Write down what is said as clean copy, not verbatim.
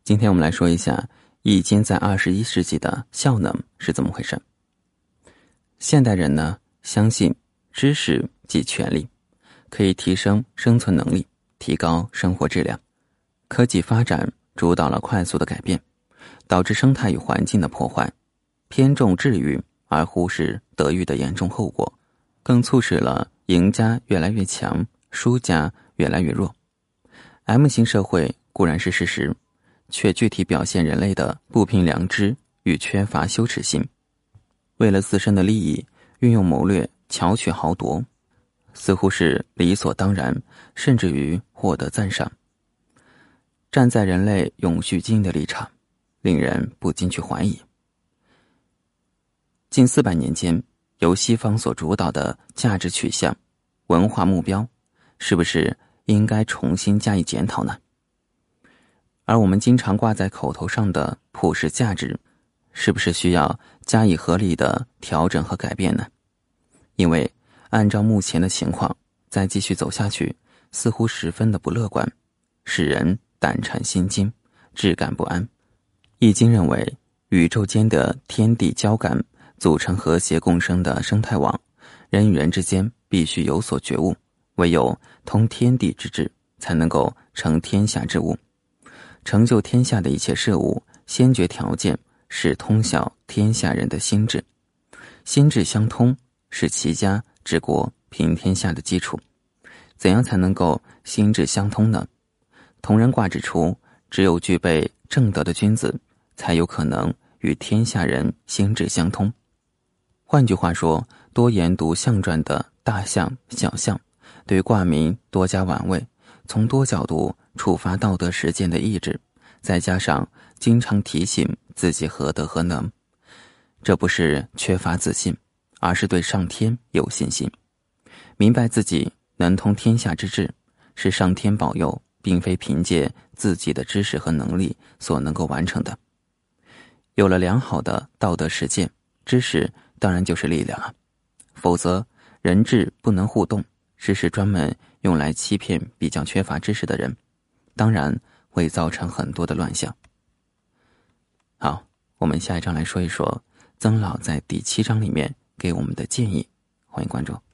今天我们来说一下易经在21世纪的效能是怎么回事。现代人呢，相信知识即权力，可以提升生存能力，提高生活质量。科技发展主导了快速的改变，导致生态与环境的破坏，偏重智育而忽视德育的严重后果，更促使了赢家越来越强，输家越来越弱。M 型社会固然是事实，却具体表现人类的不凭良知与缺乏羞耻心，为了自身的利益运用谋略巧取豪夺，似乎是理所当然，甚至于获得赞赏。站在人类永续经营的立场，令人不禁去怀疑，近400年间由西方所主导的价值取向、文化目标，是不是应该重新加以检讨呢？而我们经常挂在口头上的普世价值，是不是需要加以合理的调整和改变呢？因为按照目前的情况，再继续走下去，似乎十分的不乐观，使人胆颤心惊，质感不安。易经认为，宇宙间的天地交感组成和谐共生的生态网，人与人之间必须有所觉悟，唯有通天地之志，才能够成天下之物。成就天下的一切事物，先决条件是通晓天下人的心智。心智相通，是齐家治国平天下的基础。怎样才能够心智相通呢？同人卦指出，只有具备正德的君子，才有可能与天下人心智相通。换句话说，多研读象传的大象、小象，对卦名多加玩味，从多角度触发道德实践的意志，再加上经常提醒自己何德何能，这不是缺乏自信，而是对上天有信心，明白自己能通天下之志，是上天保佑，并非凭借自己的知识和能力所能够完成的。有了良好的道德实践，知识当然就是力量啊，否则人智不能互动，知识专门用来欺骗比较缺乏知识的人，当然会造成很多的乱象。好，我们下一章来说一说曾老在第7章里面给我们的建议，欢迎关注。